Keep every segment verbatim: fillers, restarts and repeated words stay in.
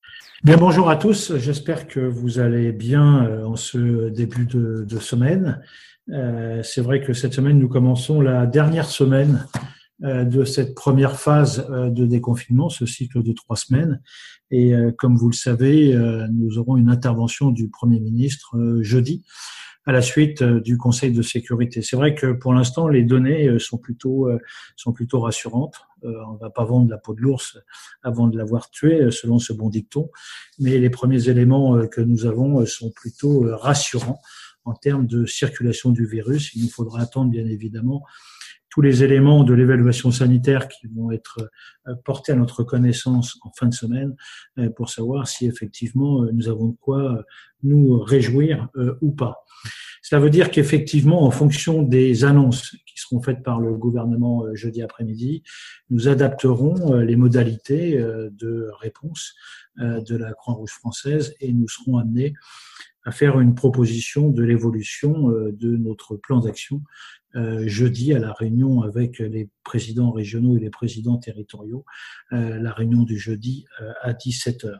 Bien, bonjour à tous. J'espère que vous allez bien en ce début de, de semaine. Euh, c'est vrai que cette semaine, nous commençons la dernière semaine euh, de cette première phase euh, de déconfinement, ce cycle de trois semaines. Et euh, comme vous le savez, euh, nous aurons une intervention du Premier ministre euh, jeudi à la suite euh, du Conseil de sécurité. C'est vrai que pour l'instant, les données euh, sont plutôt euh, sont plutôt rassurantes. Euh, on ne va pas vendre la peau de l'ours avant de l'avoir tué, selon ce bon dicton. Mais les premiers éléments euh, que nous avons euh, sont plutôt euh, rassurants en termes de circulation du virus. Il nous faudra attendre, bien évidemment, tous les éléments de l'évaluation sanitaire qui vont être portés à notre connaissance en fin de semaine pour savoir si effectivement nous avons de quoi nous réjouir ou pas. Cela veut dire qu'effectivement, en fonction des annonces qui seront faites par le gouvernement jeudi après-midi, nous adapterons les modalités de réponse de la Croix-Rouge française et nous serons amenés à faire une proposition de l'évolution de notre plan d'action euh, jeudi à la réunion avec les présidents régionaux et les présidents territoriaux, euh, la réunion du jeudi euh, à dix-sept heures.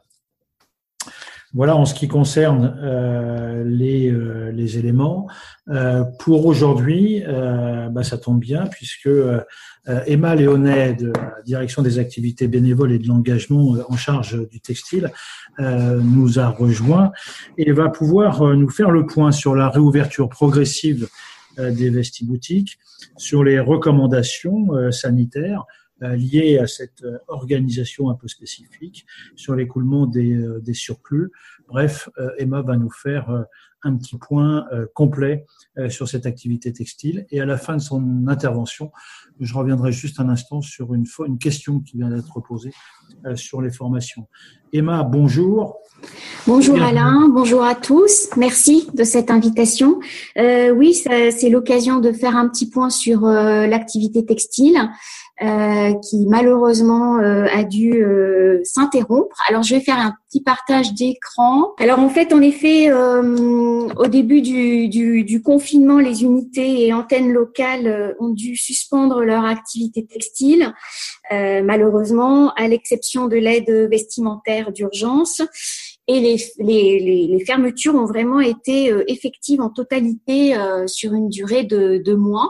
Voilà en ce qui concerne euh, les, euh, les éléments. Euh, pour aujourd'hui, euh, bah, ça tombe bien puisque euh, Emma Léonet de la direction des activités bénévoles et de l'engagement en charge du textile euh, nous a rejoints et va pouvoir nous faire le point sur la réouverture progressive euh, des vestiboutiques, sur les recommandations euh, sanitaires liées à cette organisation un peu spécifique, sur l'écoulement des, des surplus. Bref, Emma va nous faire un petit point complet sur cette activité textile. Et à la fin de son intervention, je reviendrai juste un instant sur une, une question qui vient d'être posée sur les formations. Emma, bonjour. Bonjour Alain, bonjour à tous. Merci de cette invitation. Euh, oui, ça, c'est l'occasion de faire un petit point sur euh, l'activité textile. Euh, qui malheureusement euh, a dû euh, s'interrompre. Alors je vais faire un petit partage d'écran. Alors en fait, en effet, euh, au début du, du, du confinement, les unités et antennes locales euh, ont dû suspendre leur activité textile, euh, malheureusement, à l'exception de l'aide vestimentaire d'urgence. Et les, les, les, les fermetures ont vraiment été euh, effectives en totalité euh, sur une durée de deux mois.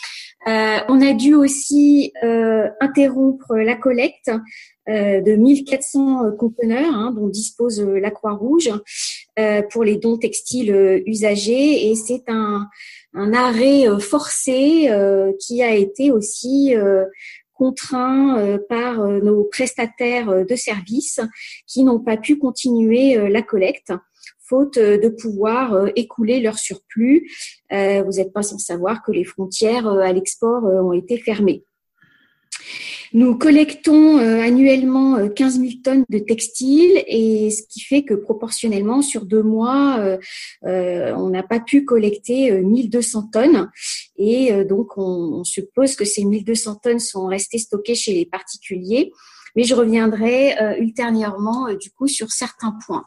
Euh, on a dû aussi euh, interrompre la collecte euh, de mille quatre cents conteneurs hein, dont dispose la Croix-Rouge euh, pour les dons textiles usagés, et c'est un, un arrêt forcé euh, qui a été aussi euh, contraint euh, par euh, nos prestataires de services qui n'ont pas pu continuer euh, la collecte, faute de pouvoir écouler leur surplus. Euh, vous n'êtes pas sans savoir que les frontières à l'export ont été fermées. Nous collectons annuellement quinze mille tonnes de textiles, et ce qui fait que proportionnellement, sur deux mois, euh, euh, on n'a pas pu collecter mille deux cents tonnes. Et euh, donc, on, on suppose que ces mille deux cents tonnes sont restées stockées chez les particuliers. Mais je reviendrai euh, ultérieurement, euh, du coup, sur certains points.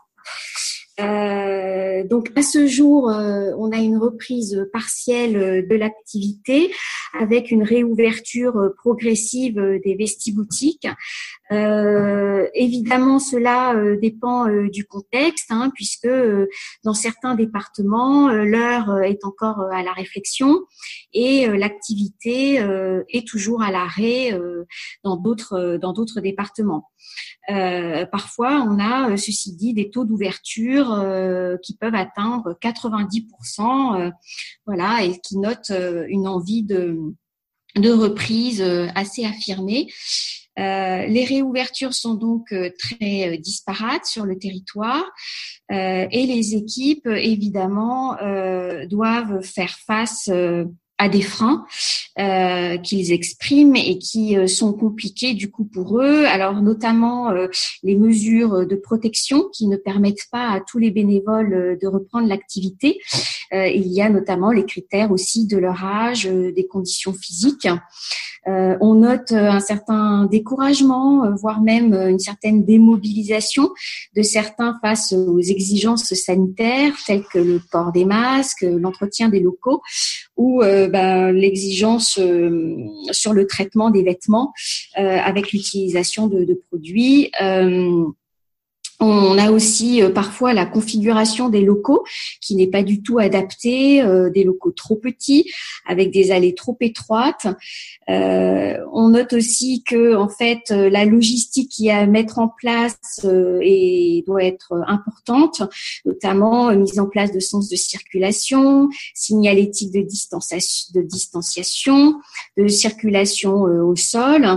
Euh, donc à ce jour, euh, on a une reprise partielle de l'activité avec une réouverture progressive des vestiboutiques. Euh, évidemment, cela euh, dépend euh, du contexte, hein, puisque euh, dans certains départements, euh, l'heure est encore à la réflexion et euh, l'activité euh, est toujours à l'arrêt euh, dans d'autres dans d'autres départements. Euh, parfois, on a, ceci dit, des taux d'ouverture euh, qui peuvent atteindre quatre-vingt-dix pour cent, euh, voilà, et qui notent euh, une envie de, de reprise euh, assez affirmée. Euh, les réouvertures sont donc euh, très euh, disparates sur le territoire euh, et les équipes, évidemment, euh, doivent faire face euh, à des freins euh, qu'ils expriment et qui euh, sont compliqués du coup pour eux. Alors notamment euh, les mesures de protection qui ne permettent pas à tous les bénévoles euh, de reprendre l'activité. Euh, il y a notamment les critères aussi de leur âge, euh, des conditions physiques. Euh, on note un certain découragement, euh, voire même une certaine démobilisation de certains face aux exigences sanitaires telles que le port des masques, l'entretien des locaux ou euh, ben, l'exigence euh, sur le traitement des vêtements euh, avec l'utilisation de, de produits. Euh, On a aussi euh, parfois la configuration des locaux qui n'est pas du tout adaptée, euh, des locaux trop petits avec des allées trop étroites. Euh, on note aussi que en fait la logistique qui est à mettre en place euh, et doit être importante, notamment euh, mise en place de sens de circulation, signalétique de distanciation, de distanciation, de circulation euh, au sol.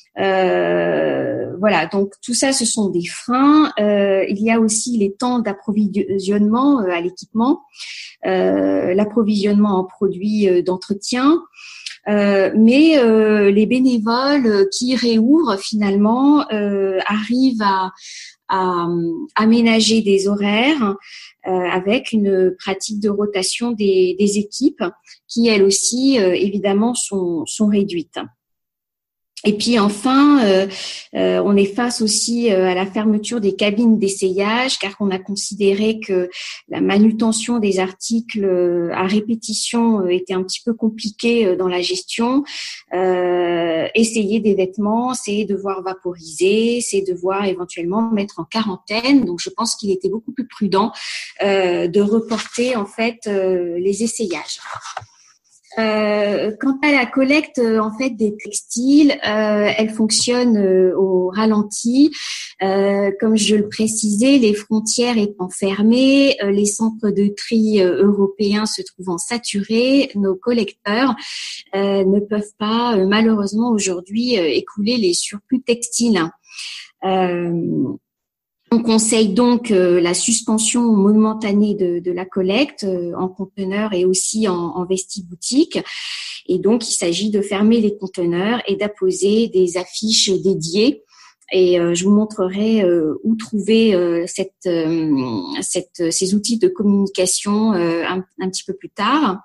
Euh, voilà, donc tout ça, ce sont des freins. Euh, il y a aussi les temps d'approvisionnement euh, à l'équipement, euh, l'approvisionnement en produits euh, d'entretien. Euh, mais euh, les bénévoles qui réouvrent finalement euh, arrivent à, à aménager des horaires euh, avec une pratique de rotation des, des équipes qui, elles aussi, euh, évidemment, sont, sont réduites. Et puis enfin, euh, euh, on est face aussi euh, à la fermeture des cabines d'essayage, car on a considéré que la manutention des articles euh, à répétition euh, était un petit peu compliquée euh, dans la gestion. Euh, essayer des vêtements, c'est devoir vaporiser, c'est devoir éventuellement mettre en quarantaine. Donc, je pense qu'il était beaucoup plus prudent euh, de reporter en fait euh, les essayages. Euh, quant à la collecte euh, en fait des textiles, euh, elle fonctionne euh, au ralenti. Euh, comme je le précisais, les frontières étant fermées, euh, les centres de tri euh, européens se trouvant saturés, nos collecteurs euh, ne peuvent pas euh, malheureusement aujourd'hui euh, écouler les surplus textiles. Euh, On conseille donc euh, la suspension momentanée de, de la collecte euh, en conteneurs et aussi en, en vestiboutique. Et donc, il s'agit de fermer les conteneurs et d'apposer des affiches dédiées. Et euh, je vous montrerai euh, où trouver euh, cette, euh, cette, ces outils de communication euh, un, un petit peu plus tard.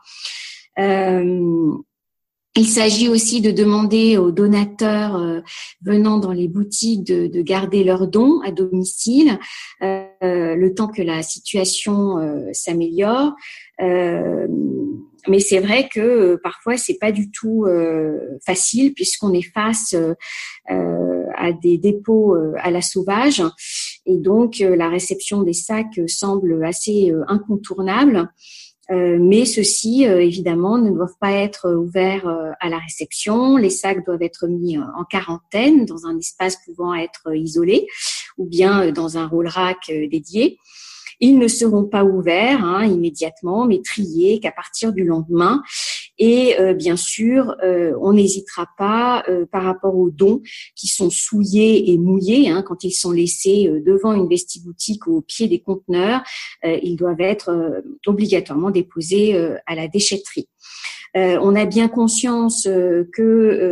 Euh, Il s'agit aussi de demander aux donateurs euh, venant dans les boutiques de, de garder leurs dons à domicile euh, le temps que la situation euh, s'améliore. Euh, mais c'est vrai que euh, parfois c'est pas du tout euh, facile puisqu'on est face euh, à des dépôts euh, à la sauvage et donc euh, la réception des sacs semble assez euh, incontournable. Euh, mais ceux-ci, euh, évidemment, ne doivent pas être ouverts euh, à la réception. Les sacs doivent être mis euh, en quarantaine dans un espace pouvant être euh, isolé ou bien euh, dans un roll rack euh, dédié. Ils ne seront pas ouverts hein, immédiatement, mais triés qu'à partir du lendemain. Et euh, bien sûr, euh, on n'hésitera pas euh, par rapport aux dons qui sont souillés et mouillés hein, quand ils sont laissés euh, devant une vestiboutique ou au pied des conteneurs. Euh, ils doivent être euh, obligatoirement déposés euh, à la déchetterie. Euh, on a bien conscience euh, que,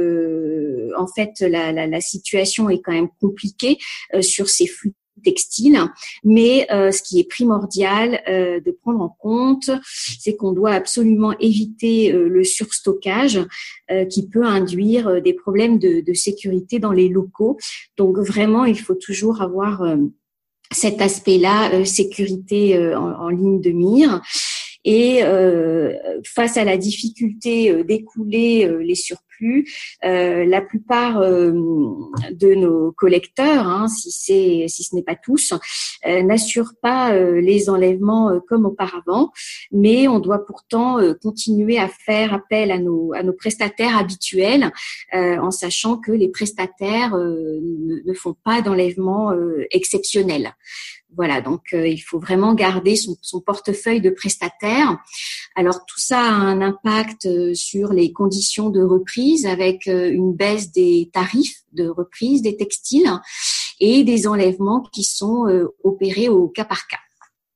euh, en fait, la, la, la situation est quand même compliquée euh, sur ces flux textile, mais euh, ce qui est primordial euh, de prendre en compte, c'est qu'on doit absolument éviter euh, le surstockage euh, qui peut induire euh, des problèmes de, de sécurité dans les locaux. Donc vraiment, il faut toujours avoir euh, cet aspect-là, euh, sécurité euh, en, en ligne de mire. Et euh, face à la difficulté euh, d'écouler euh, les surplus, euh, la plupart euh, de nos collecteurs, hein, si c'est si ce n'est pas tous, euh, n'assurent pas euh, les enlèvements euh, comme auparavant, mais on doit pourtant euh, continuer à faire appel à nos à nos prestataires habituels, euh, en sachant que les prestataires euh, ne, ne font pas d'enlèvement euh, exceptionnel. Voilà, donc euh, il faut vraiment garder son, son portefeuille de prestataires. Alors tout ça a un impact euh, sur les conditions de reprise avec euh, une baisse des tarifs de reprise des textiles et des enlèvements qui sont euh, opérés au cas par cas.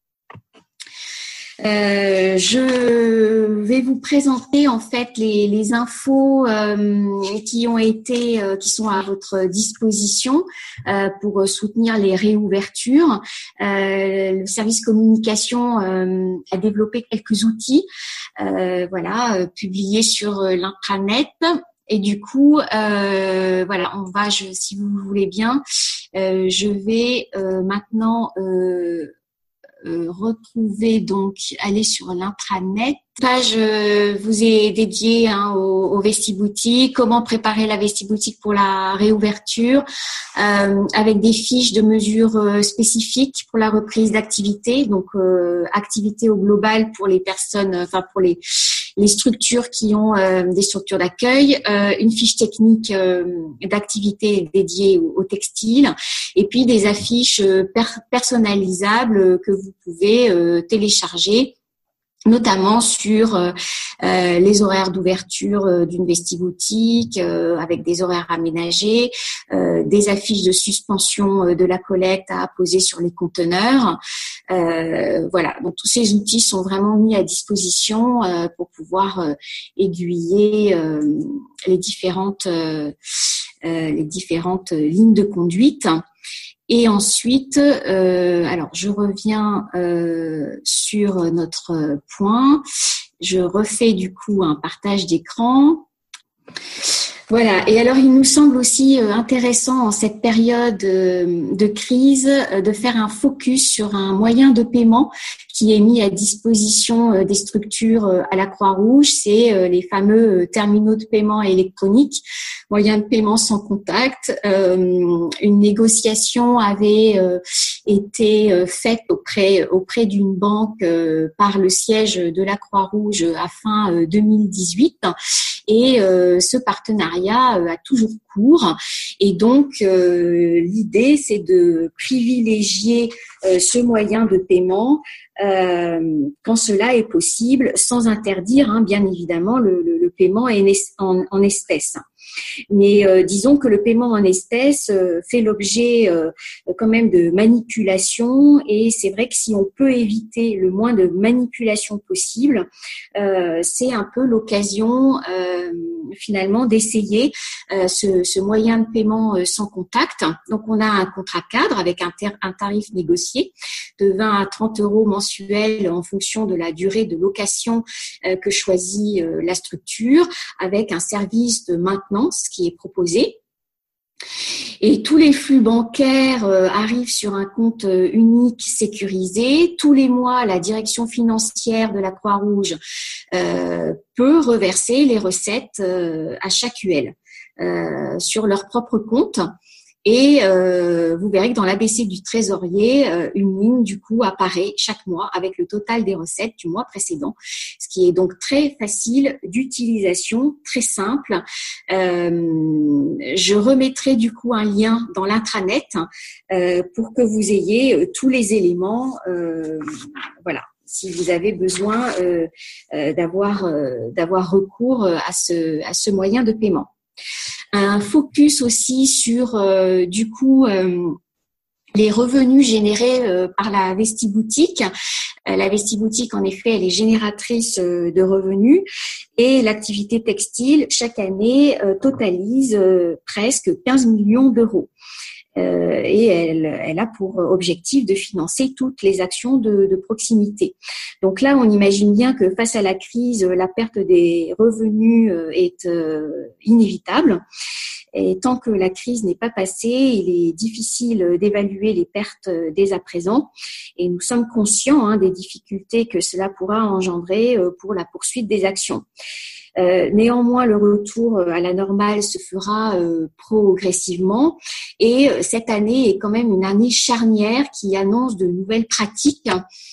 Euh, je vais vous présenter en fait les, les infos euh, qui ont été, euh, qui sont à votre disposition euh, pour soutenir les réouvertures. Euh, le service communication euh, a développé quelques outils, euh, voilà, euh, publiés sur l'intranet. Et du coup, euh, voilà, on va, je, si vous voulez bien, euh, je vais euh, maintenant euh, euh, retrouver, donc, aller sur l'intranet. Page euh, vous est dédiée hein, au, au Vestiboutique, comment préparer la Vestiboutique pour la réouverture, euh, avec des fiches de mesures euh, spécifiques pour la reprise d'activité, donc euh, activité au global pour les personnes, enfin pour les les structures qui ont euh, des structures d'accueil, euh, une fiche technique euh, d'activité dédiée au, au textile, et puis des affiches euh, per- personnalisables que vous pouvez euh, télécharger, notamment sur euh, euh, les horaires d'ouverture euh, d'une Vestiboutique, euh, avec des horaires aménagés, euh, des affiches de suspension euh, de la collecte à apposer sur les conteneurs. Euh, voilà, donc tous ces outils sont vraiment mis à disposition euh, pour pouvoir euh, aiguiller euh, les différentes euh, euh, les différentes lignes de conduite. Et ensuite, euh, alors je reviens euh, sur notre point. Je refais du coup un partage d'écran. Voilà. Et alors, il nous semble aussi intéressant en cette période de crise de faire un focus sur un moyen de paiement qui est mis à disposition des structures à la Croix-Rouge. C'est les fameux terminaux de paiement électroniques, moyens de paiement sans contact. Euh, une négociation avait euh, été faite auprès auprès d'une banque euh, par le siège de la Croix-Rouge à fin deux mille dix-huit, et euh, ce partenariat euh, a toujours cours. Et donc euh, l'idée, c'est de privilégier euh, ce moyen de paiement euh, quand cela est possible, sans interdire hein, bien évidemment le, le, le paiement en, en espèces. Mais euh, disons que le paiement en espèces euh, fait l'objet euh, quand même de manipulation, et c'est vrai que si on peut éviter le moins de manipulation possible, euh, c'est un peu l'occasion euh, finalement d'essayer euh, ce, ce moyen de paiement euh, sans contact. Donc on a un contrat cadre avec un, ter- un tarif négocié de vingt à trente euros mensuels en fonction de la durée de location euh, que choisit euh, la structure, avec un service de maintenance qui est proposé. Et tous les flux bancaires euh, arrivent sur un compte euh, unique sécurisé. Tous les mois, la direction financière de la Croix-Rouge euh, peut reverser les recettes euh, à chaque U L euh, sur leur propre compte. Et euh, vous verrez que dans l'A B C du trésorier, euh, une ligne du coup apparaît chaque mois avec le total des recettes du mois précédent, ce qui est donc très facile d'utilisation, très simple. Euh, je remettrai du coup un lien dans l'intranet euh, pour que vous ayez euh, tous les éléments. Euh, voilà. Si vous avez besoin euh, euh, d'avoir euh, d'avoir recours à ce à ce moyen de paiement. Un focus aussi sur euh, du coup euh, les revenus générés euh, par la Vestiboutique. Euh, la Vestiboutique, en effet, elle est génératrice euh, de revenus, et l'activité textile chaque année euh, totalise euh, presque quinze millions d'euros. Euh, et elle, elle a pour objectif de financer toutes les actions de, de proximité. Donc là, on imagine bien que face à la crise, la perte des revenus est euh, inévitable. Et tant que la crise n'est pas passée, il est difficile d'évaluer les pertes dès à présent. Et nous sommes conscients hein, des difficultés que cela pourra engendrer pour la poursuite des actions. Euh, néanmoins, le retour à la normale se fera euh, progressivement, et cette année est quand même une année charnière qui annonce de nouvelles pratiques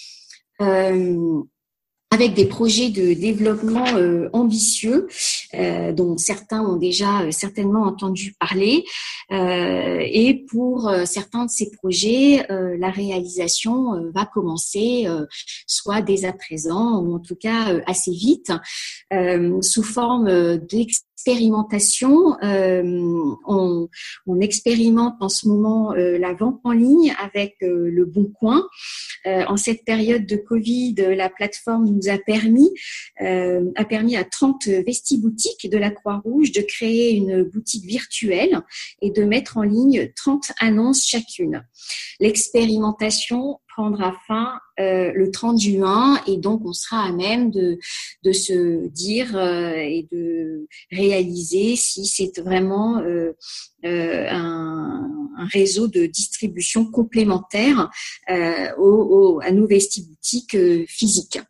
euh, avec des projets de développement euh, ambitieux euh, dont certains ont déjà euh, certainement entendu parler. Euh, et pour euh, certains de ces projets, euh, la réalisation euh, va commencer euh, soit dès à présent, ou en tout cas euh, assez vite, euh, sous forme euh, d'expérimentation. Euh, on, on expérimente en ce moment euh, la vente en ligne avec euh, Le Bon Coin. Euh, en cette période de Covid, la plateforme nous a permis, euh, a permis à trente Vestiboutiques de la Croix-Rouge de créer une boutique virtuelle et de mettre en ligne trente annonces chacune. L'expérimentation prendra fin euh, le trente juin et donc on sera à même de, de se dire euh, et de réaliser si c'est vraiment euh, euh, un, un réseau de distribution complémentaire euh, au, au, à nos vestiboutiques euh, physiques.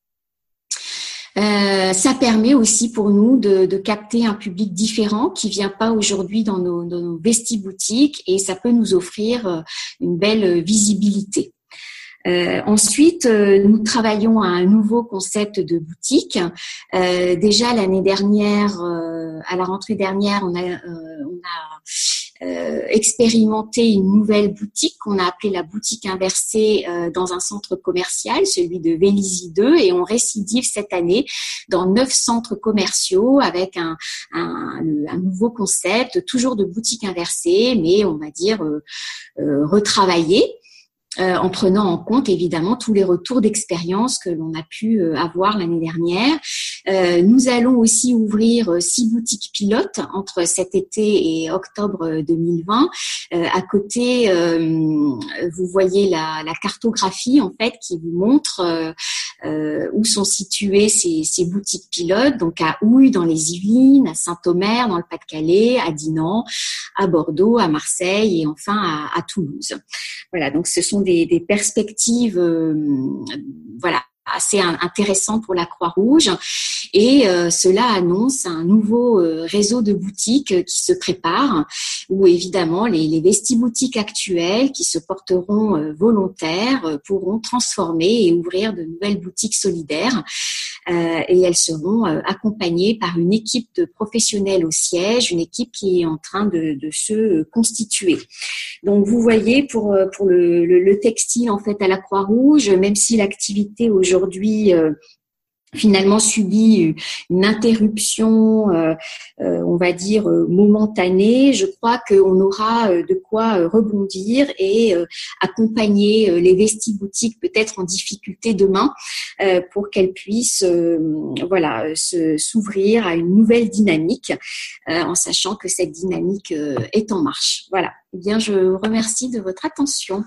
Euh, ça permet aussi pour nous de, de capter un public différent qui vient pas aujourd'hui dans nos, dans nos vestiboutiques et ça peut nous offrir une belle visibilité. Euh, ensuite, euh, nous travaillons à un nouveau concept de boutique. Euh, déjà l'année dernière, euh, à la rentrée dernière, on a, euh, on a euh, expérimenté une nouvelle boutique qu'on a appelée la boutique inversée euh, dans un centre commercial, celui de Vélizy deux, et on récidive cette année dans neuf centres commerciaux avec un, un, un nouveau concept, toujours de boutique inversée, mais on va dire euh, euh, retravaillé. Euh, en prenant en compte évidemment tous les retours d'expérience que l'on a pu euh, avoir l'année dernière. Euh, nous allons aussi ouvrir euh, six boutiques pilotes entre cet été et octobre deux mille vingt. Euh, à côté, euh, vous voyez la, la cartographie en fait qui vous montre euh, euh, où sont situées ces, ces boutiques pilotes. Donc à Houille dans les Yvelines, à Saint-Omer dans le Pas-de-Calais, à Dinan, à Bordeaux, à Marseille et enfin à, à Toulouse. Voilà, donc ce sont des, des perspectives, euh, voilà, assez intéressant pour la Croix-Rouge et euh, cela annonce un nouveau euh, réseau de boutiques euh, qui se prépare où évidemment les, les vestiboutiques actuelles qui se porteront euh, volontaires euh, pourront transformer et ouvrir de nouvelles boutiques solidaires euh, et elles seront euh, accompagnées par une équipe de professionnels au siège, une équipe qui est en train de, de se constituer. Donc vous voyez pour pour le, le, le textile en fait à la Croix-Rouge, même si l'activité aujourd'hui euh, finalement subit une interruption, euh, euh, on va dire euh, momentanée, je crois qu'on aura euh, de quoi euh, rebondir et euh, accompagner euh, les vestiboutiques peut-être en difficulté demain euh, pour qu'elles puissent euh, voilà se, s'ouvrir à une nouvelle dynamique euh, en sachant que cette dynamique euh, est en marche. Voilà. Eh bien, je vous remercie de votre attention.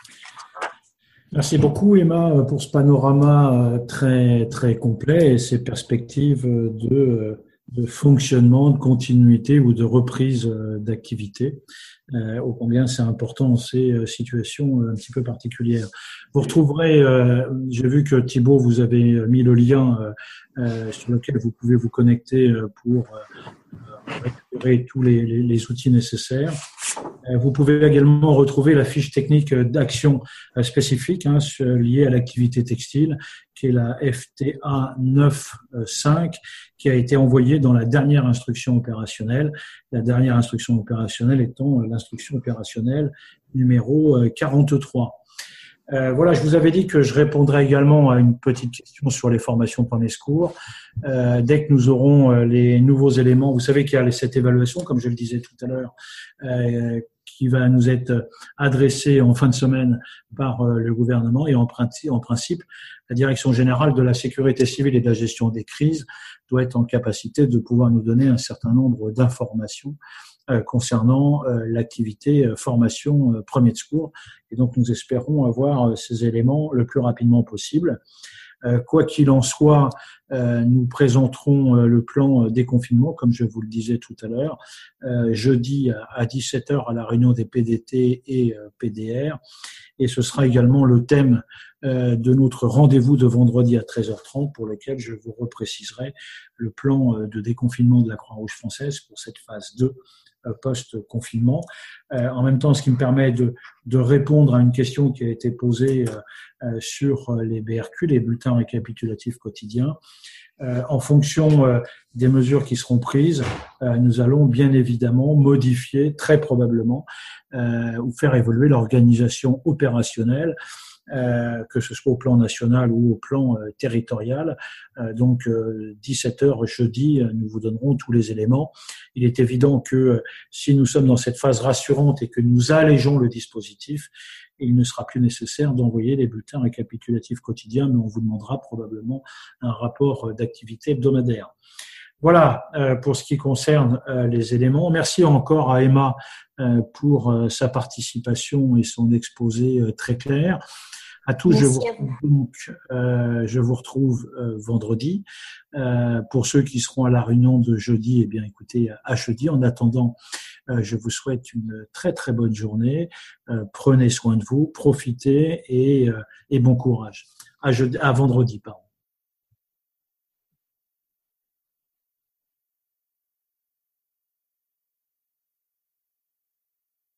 Merci beaucoup, Emma, pour ce panorama très, très complet et ces perspectives de, de fonctionnement, de continuité ou de reprise d'activité. Euh, ô combien c'est important dans ces situations un petit peu particulières. Vous retrouverez, euh, j'ai vu que Thibaut, vous avez mis le lien euh, sur lequel vous pouvez vous connecter pour euh, récupérer tous les, les, les outils nécessaires. Vous pouvez également retrouver la fiche technique d'action spécifique hein, liée à l'activité textile, qui est la F T A neuf cinq, qui a été envoyée dans la dernière instruction opérationnelle. La dernière instruction opérationnelle étant l'instruction opérationnelle numéro quarante-trois. Euh, voilà, je vous avais dit que je répondrais également à une petite question sur les formations premiers secours. Euh, dès que nous aurons les nouveaux éléments, vous savez qu'il y a cette évaluation, comme je le disais tout à l'heure, euh, qui va nous être adressée en fin de semaine par euh, le gouvernement et en principe, en principe, la Direction générale de la sécurité civile et de la gestion des crises doit être en capacité de pouvoir nous donner un certain nombre d'informations Euh, concernant euh, l'activité euh, formation euh, premier de secours. Et donc, nous espérons avoir euh, ces éléments le plus rapidement possible. Euh, quoi qu'il en soit, euh, nous présenterons euh, le plan euh, déconfinement, comme je vous le disais tout à l'heure, euh, jeudi à dix-sept heures à la réunion des P D T et euh, P D R. Et ce sera également le thème euh, de notre rendez-vous de vendredi à treize heures trente, pour lequel je vous repréciserai le plan euh, de déconfinement de la Croix-Rouge française pour cette phase deux post-confinement. Euh, en même temps, ce qui me permet de, de répondre à une question qui a été posée euh, sur les B R Q, les bulletins récapitulatifs quotidiens. Euh, en fonction euh, des mesures qui seront prises, euh, nous allons bien évidemment modifier, très probablement, euh, ou faire évoluer l'organisation opérationnelle, Euh, que ce soit au plan national ou au plan euh, territorial. Euh, donc, euh, dix-sept heures jeudi, euh, nous vous donnerons tous les éléments. Il est évident que euh, si nous sommes dans cette phase rassurante et que nous allégeons le dispositif, il ne sera plus nécessaire d'envoyer les bulletins récapitulatifs quotidiens, mais on vous demandera probablement un rapport d'activité hebdomadaire. Voilà euh, pour ce qui concerne euh, les éléments. Merci encore à Emma euh, pour euh, sa participation et son exposé euh, très clair. À tous, je vous, donc, euh, je vous retrouve euh, vendredi. Euh, pour ceux qui seront à la réunion de jeudi, eh bien, écoutez, à jeudi. En attendant, euh, je vous souhaite une très très bonne journée. Euh, prenez soin de vous, profitez et, euh, et bon courage. À, jeudi, à vendredi, pardon.